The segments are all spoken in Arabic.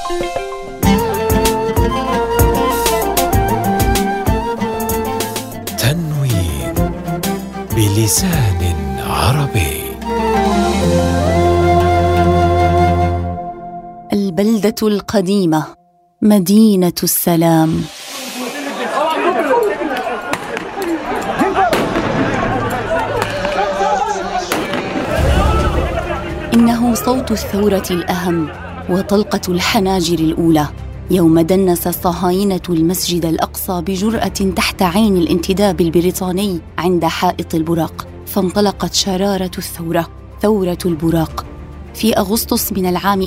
تنوين بلسان عربي. البلدة القديمة، مدينة السلام. إنه صوت الثورة الأهم وطلقة الحناجر الأولى يوم دنس الصهاينة المسجد الأقصى بجرأة تحت عين الانتداب البريطاني عند حائط البراق، فانطلقت شرارة الثورة، ثورة البراق، في أغسطس من العام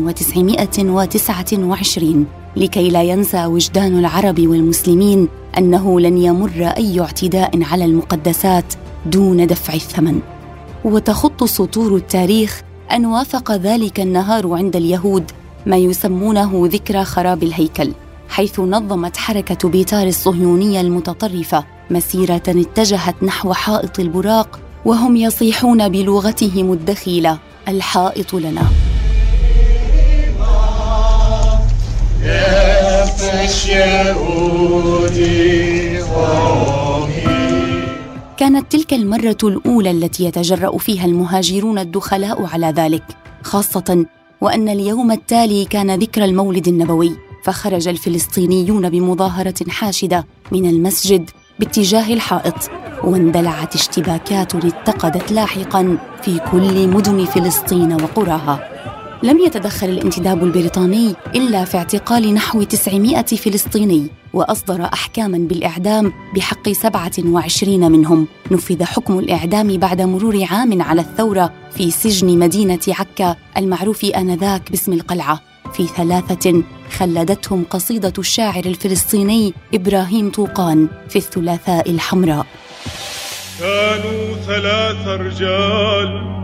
1929، لكي لا ينسى وجدان العرب والمسلمين أنه لن يمر أي اعتداء على المقدسات دون دفع الثمن. وتخط سطور التاريخ أن وافق ذلك النهار عند اليهود ما يسمونه ذكرى خراب الهيكل، حيث نظمت حركة بيطار الصهيونية المتطرفة مسيرة اتجهت نحو حائط البراق، وهم يصيحون بلغتهم الدخيلة: الحائط لنا. كانت تلك المرة الأولى التي يتجرأ فيها المهاجرون الدخلاء على ذلك، خاصة وأن اليوم التالي كان ذكرى المولد النبوي، فخرج الفلسطينيون بمظاهرة حاشدة من المسجد باتجاه الحائط، واندلعت اشتباكات اتقدت لاحقاً في كل مدن فلسطين وقراها. لم يتدخل الانتداب البريطاني إلا في اعتقال نحو 900 فلسطيني، وأصدر أحكاماً بالإعدام بحق 27 منهم. نفذ حكم الإعدام بعد مرور عام على الثورة في سجن مدينة عكا المعروف آنذاك باسم القلعة، في 3 خلدتهم قصيدة الشاعر الفلسطيني إبراهيم طوقان في الثلاثاء الحمراء. كانوا 3 رجال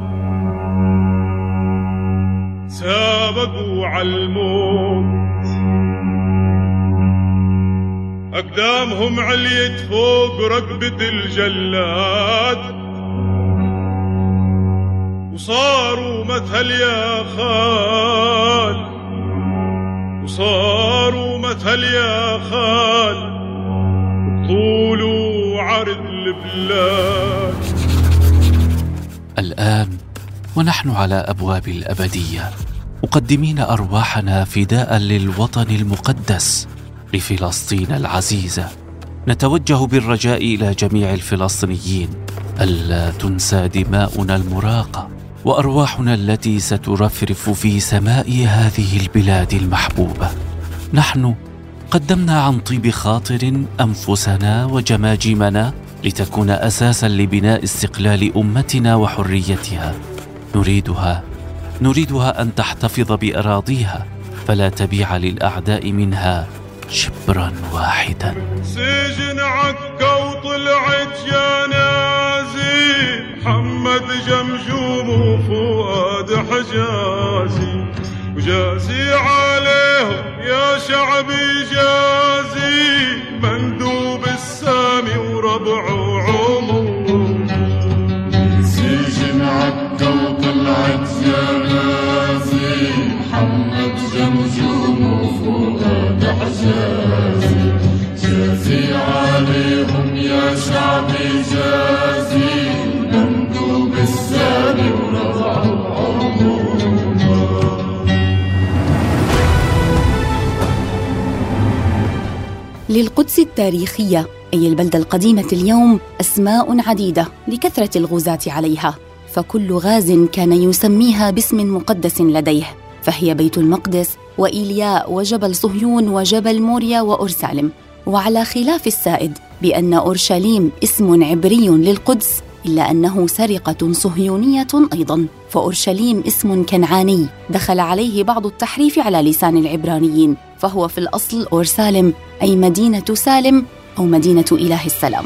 سابقوا على الموت، أقدامهم عليت فوق ركبة الجلاد، وصاروا مثل يا خال، وصاروا مثل يا خال، طول وعرض البلاد. الآن ونحن على أبواب الأبدية، مقدمين أرواحنا فداء للوطن المقدس، لفلسطين العزيزة، نتوجه بالرجاء إلى جميع الفلسطينيين ألا تنسى دماؤنا المراقة وأرواحنا التي سترفرف في سماء هذه البلاد المحبوبة. نحن قدمنا عن طيب خاطر أنفسنا وجماجمنا لتكون أساساً لبناء استقلال أمتنا وحريتها. نريدها أن تحتفظ بأراضيها، فلا تبيع للأعداء منها شبراً واحداً. سجن عكا وطلعت جنازي، محمد جمجوم وفؤاد حجازي، وجازي عليهم يا شعبي جازي، مندوب السامي وربعه عموم. سجن عكا وطلعت جنازي، محمد جمجوم وفؤاد حجازي، جازي عليهم يا شعبي جازي، مندوب السامي وربعه عموما. للقدس التاريخية أي البلدة القديمة اليوم أسماء عديدة لكثرة الغزاة عليها، فكل غاز كان يسميها باسم مقدس لديه، فهي بيت المقدس وإيلياء وجبل صهيون وجبل موريا وأورشليم. وعلى خلاف السائد بأن أورشليم اسم عبري للقدس، إلا أنه سرقة صهيونية أيضاً، فأورشليم اسم كنعاني دخل عليه بعض التحريف على لسان العبرانيين، فهو في الأصل أورسالم أي مدينة سالم أو مدينة إله السلام.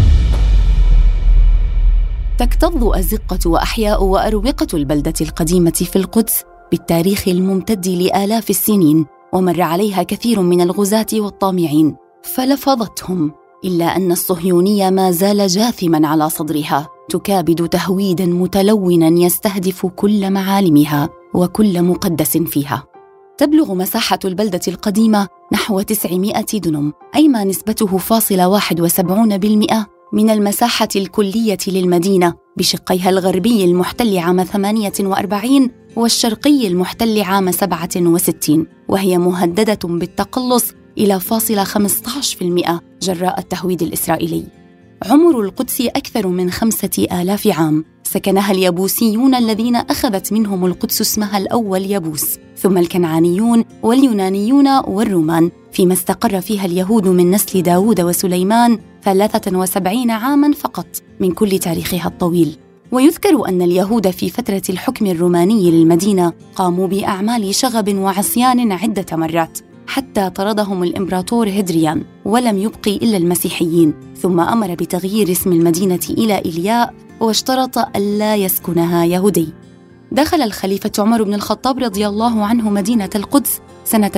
تكتظ أزقة وأحياء وأروقة البلدة القديمة في القدس بالتاريخ الممتد لآلاف السنين، ومر عليها كثير من الغزاة والطامعين فلفظتهم، إلا أن الصهيونية ما زال جاثماً على صدرها، تكابد تهويداً متلوناً يستهدف كل معالمها وكل مقدس فيها. تبلغ مساحة البلدة القديمة نحو 900 دنم، أي ما نسبته 0.71% من المساحة الكلية للمدينة، بشقيها الغربي المحتل عام 48 والشرقي المحتل عام 67، وهي مهددة بالتقلص إلى 0.15% جراء التهويد الإسرائيلي. عمر القدس أكثر من 5000 عام، سكنها اليبوسيون الذين أخذت منهم القدس اسمها الأول يبوس، ثم الكنعانيون واليونانيون والرومان، فيما استقر فيها اليهود من نسل داود وسليمان 73 عاماً فقط من كل تاريخها الطويل. ويذكر أن اليهود في فترة الحكم الروماني للمدينة قاموا بأعمال شغب وعصيان عدة مرات، حتى طردهم الإمبراطور هدريان ولم يبقي إلا المسيحيين، ثم أمر بتغيير اسم المدينة إلى إلياء واشترط ألا يسكنها يهودي. دخل الخليفة عمر بن الخطاب رضي الله عنه مدينة القدس سنة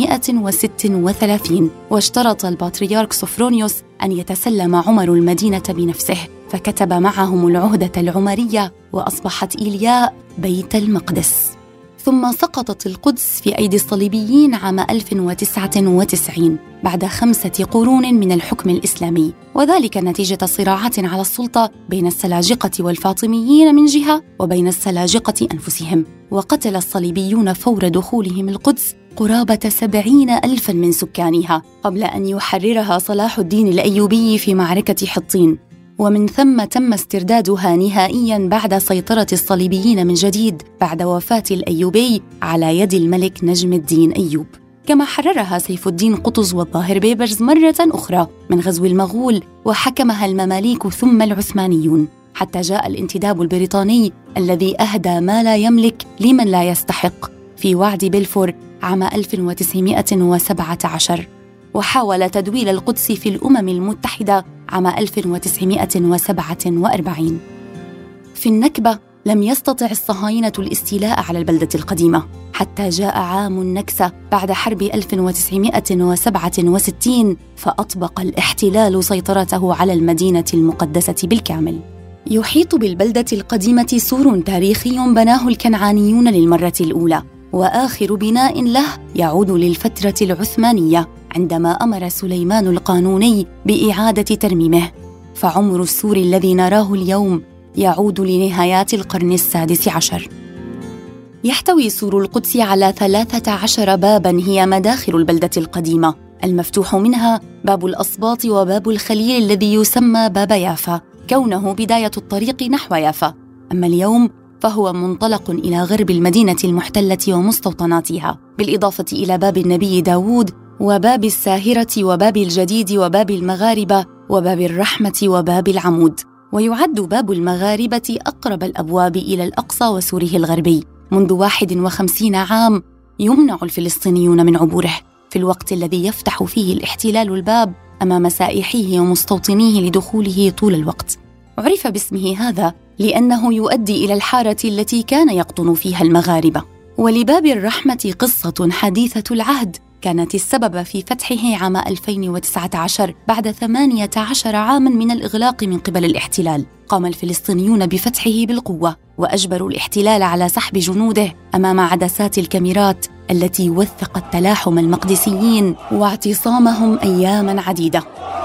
636، واشترط البطريرك صفرونيوس أن يتسلم عمر المدينة بنفسه، فكتب معهم العهدة العمرية وأصبحت إلياء بيت المقدس. ثم سقطت القدس في أيدي الصليبيين عام 1099 بعد 5 قرون من الحكم الإسلامي، وذلك نتيجة صراعات على السلطة بين السلاجقة والفاطميين من جهة وبين السلاجقة أنفسهم. وقتل الصليبيون فور دخولهم القدس قرابة 70,000 من سكانها قبل أن يحررها صلاح الدين الأيوبي في معركة حطين، ومن ثم تم استردادها نهائياً بعد سيطرة الصليبيين من جديد بعد وفاة الأيوبي على يد الملك نجم الدين أيوب، كما حررها سيف الدين قطز والظاهر بيبرز مرة أخرى من غزو المغول، وحكمها المماليك ثم العثمانيون، حتى جاء الانتداب البريطاني الذي أهدى ما لا يملك لمن لا يستحق في وعد بلفور عام 1917، وحاول تدويل القدس في الأمم المتحدة عام 1947. في النكبة لم يستطع الصهاينة الاستيلاء على البلدة القديمة حتى جاء عام النكسة بعد حرب 1967، فأطبق الاحتلال سيطرته على المدينة المقدسة بالكامل. يحيط بالبلدة القديمة سور تاريخي بناه الكنعانيون للمرة الأولى، وآخر بناء له يعود للفترة العثمانية عندما أمر سليمان القانوني بإعادة ترميمه، فعمر السور الذي نراه اليوم يعود لنهايات القرن السادس عشر. يحتوي سور القدس على 13 باباً هي مداخل البلدة القديمة، المفتوح منها باب الأصباط وباب الخليل الذي يسمى باب يافا، كونه بداية الطريق نحو يافا. أما اليوم فهو منطلق إلى غرب المدينة المحتلة ومستوطناتها، بالإضافة إلى باب النبي داود وباب الساهرة وباب الجديد وباب المغاربة وباب الرحمة وباب العمود. ويعد باب المغاربة أقرب الأبواب إلى الأقصى وسوره الغربي. منذ 51 عام يمنع الفلسطينيون من عبوره، في الوقت الذي يفتح فيه الاحتلال الباب أمام سائحيه ومستوطنيه لدخوله طول الوقت. عرف باسمه هذا لأنه يؤدي إلى الحارة التي كان يقطن فيها المغاربة. ولباب الرحمة قصة حديثة العهد كانت السبب في فتحه عام 2019 بعد 18 عاماً من الإغلاق من قبل الاحتلال. قام الفلسطينيون بفتحه بالقوة وأجبروا الاحتلال على سحب جنوده أمام عدسات الكاميرات التي وثقت تلاحم المقدسيين واعتصامهم أياماً عديدة.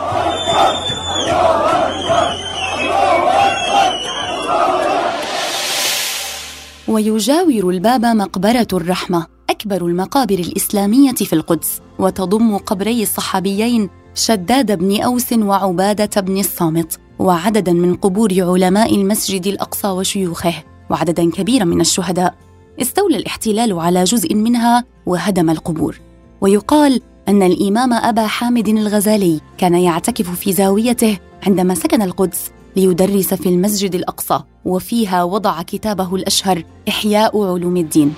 ويجاور الباب مقبرة الرحمة، أكبر المقابر الإسلامية في القدس، وتضم قبري الصحابيين شداد بن أوس وعبادة بن الصامت، وعدداً من قبور علماء المسجد الأقصى وشيوخه، وعدداً كبيراً من الشهداء. استولى الاحتلال على جزء منها وهدم القبور. ويقال أن الإمام أبا حامد الغزالي كان يعتكف في زاويته عندما سكن القدس ليدرس في المسجد الأقصى، وفيها وضع كتابه الأشهر إحياء علوم الدين.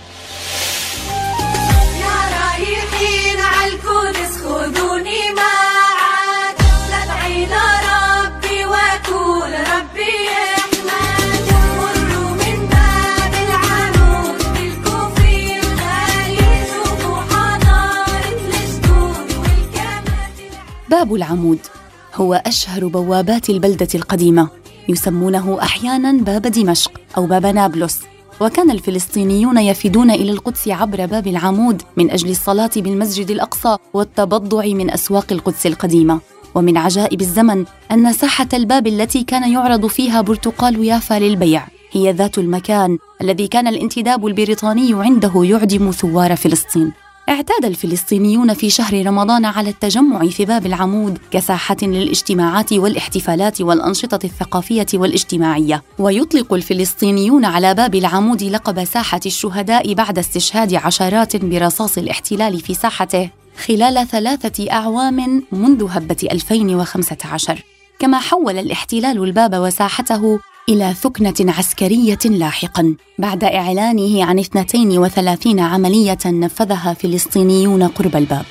باب العمود هو أشهر بوابات البلدة القديمة، يسمونه أحياناً باب دمشق أو باب نابلس، وكان الفلسطينيون يفدون إلى القدس عبر باب العمود من أجل الصلاة بالمسجد الأقصى والتبضع من أسواق القدس القديمة. ومن عجائب الزمن أن ساحة الباب التي كان يعرض فيها برتقال يافا للبيع هي ذات المكان الذي كان الانتداب البريطاني عنده يعدم ثوار فلسطين. اعتاد الفلسطينيون في شهر رمضان على التجمع في باب العمود كساحة للاجتماعات والاحتفالات والأنشطة الثقافية والاجتماعية، ويطلق الفلسطينيون على باب العمود لقب ساحة الشهداء بعد استشهاد عشرات برصاص الاحتلال في ساحته خلال 3 أعوام منذ هبة 2015. كما حول الاحتلال الباب وساحته إلى ثكنة عسكرية لاحقاً بعد إعلانه عن 32 عملية نفذها فلسطينيون قرب الباب.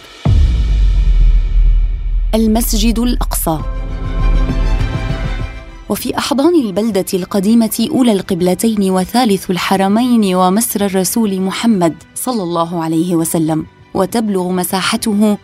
المسجد الأقصى. وفي أحضان البلدة القديمة أولى القبلتين وثالث الحرمين ومسرى الرسول محمد صلى الله عليه وسلم، وتبلغ مساحته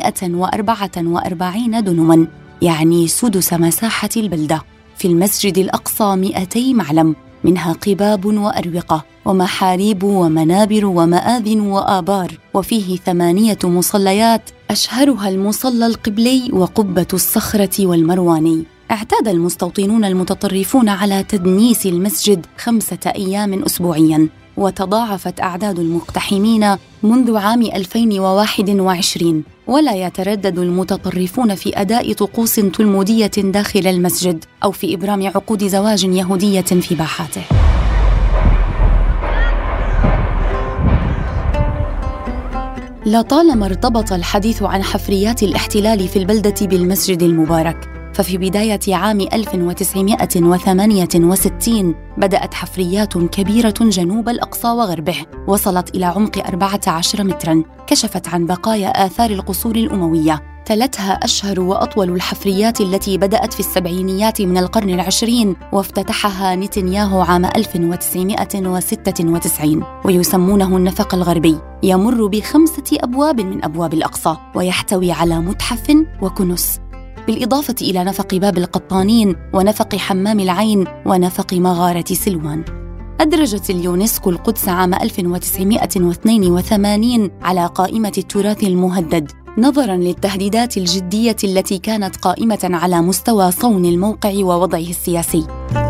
144 دنماً، يعني سدس مساحة البلدة. في المسجد الأقصى 200 معلم، منها قباب وأروقة ومحاريب ومنابر ومآذن وآبار، وفيه 8 مصليات أشهرها المصلى القبلي وقبة الصخرة والمرواني. اعتاد المستوطنون المتطرفون على تدنيس المسجد 5 أيام أسبوعياً، وتضاعفت أعداد المقتحمين منذ عام 2021، ولا يتردد المتطرفون في أداء طقوس تلمودية داخل المسجد أو في إبرام عقود زواج يهودية في باحاته. لطالما ارتبط الحديث عن حفريات الاحتلال في البلدة بالمسجد المبارك، ففي بداية عام 1968 بدأت حفريات كبيرة جنوب الأقصى وغربه، وصلت إلى عمق 14 متراً، كشفت عن بقايا آثار القصور الأموية. تلتها أشهر وأطول الحفريات التي بدأت في السبعينيات من القرن العشرين، وافتتحها نتنياهو عام 1996، ويسمونه النفق الغربي. يمر ب5 أبواب من أبواب الأقصى، ويحتوي على متحف وكنوس، بالإضافة إلى نفق باب القطانين ونفق حمام العين ونفق مغارة سلوان. أدرجت اليونسكو القدس عام 1982 على قائمة التراث المهدد، نظراً للتهديدات الجدية التي كانت قائمة على مستوى صون الموقع ووضعه السياسي.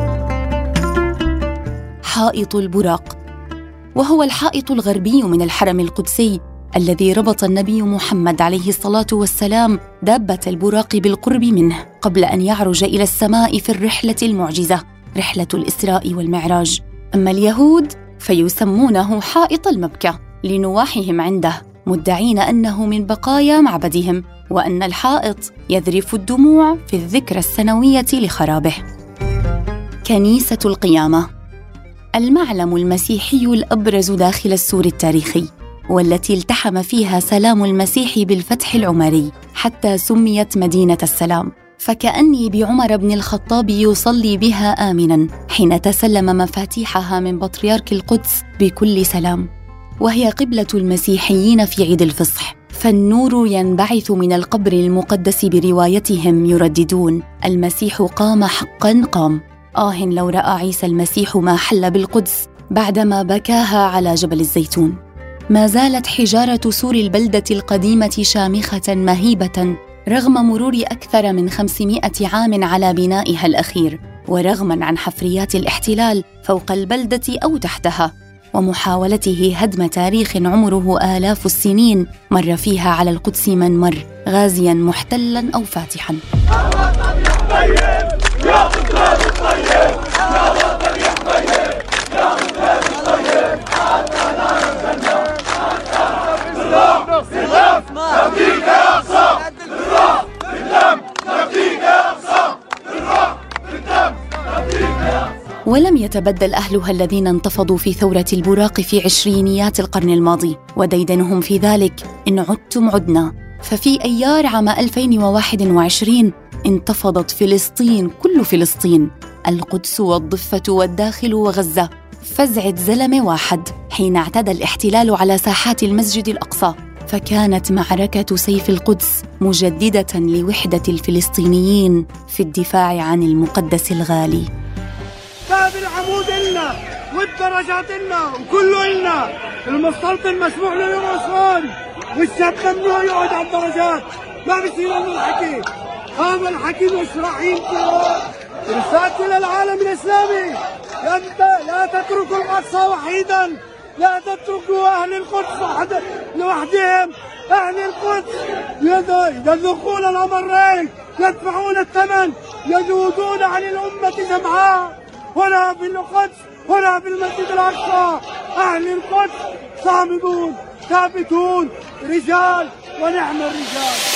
حائط البراق، وهو الحائط الغربي من الحرم القدسي الذي ربط النبي محمد عليه الصلاة والسلام دابة البراق بالقرب منه قبل أن يعرج إلى السماء في الرحلة المعجزة، رحلة الإسراء والمعراج. أما اليهود فيسمونه حائط المبكى لنواحهم عنده، مدعين أنه من بقايا معبدهم، وأن الحائط يذرف الدموع في الذكرى السنوية لخرابه. كنيسة القيامة، المعلم المسيحي الأبرز داخل السور التاريخي، والتي التحم فيها سلام المسيح بالفتح العمري حتى سميت مدينة السلام، فكأني بعمر بن الخطاب يصلي بها آمناً حين تسلم مفاتيحها من بطريرك القدس بكل سلام. وهي قبلة المسيحيين في عيد الفصح، فالنور ينبعث من القبر المقدس بروايتهم يرددون: المسيح قام حقاً قام. لو رأى عيسى المسيح ما حل بالقدس بعدما بكاها على جبل الزيتون. ما زالت حجارة سور البلدة القديمة شامخة مهيبة رغم مرور أكثر من 500 عام على بنائها الأخير، ورغماً عن حفريات الاحتلال فوق البلدة أو تحتها، ومحاولته هدم تاريخ عمره آلاف السنين مر فيها على القدس من مر، غازياً محتلاً أو فاتحاً. ولم يتبدل أهلها الذين انتفضوا في ثورة البراق في عشرينيات القرن الماضي، وديدنهم في ذلك: إن عدتم عدنا. ففي أيار عام 2021 انتفضت فلسطين، كل فلسطين، القدس والضفة والداخل وغزة، فزعة زلمة واحد حين اعتدى الاحتلال على ساحات المسجد الأقصى. فكانت معركة سيف القدس مجددة لوحدة الفلسطينيين في الدفاع عن المقدس الغالي. باب العمود لنا، والدرجات لنا وكله لنا. المستوطن مسموح له يوصل والشاب ممنوع يقعد على الدرجات. ما بصير انه الحكي، هذا الحكي مش راح ينتهي. رسالتي للعالم الاسلامي لا تتركوا القدس وحيدا، لا تتركوا اهل القدس لوحدهم. اهل القدس يذوقون الامرين، يدفعون الثمن، يذودون عن الامه جمعاء، هنا في القدس هنا في المسجد الاقصى. اهل القدس صامدون ثابتون، رجال ونعم الرجال.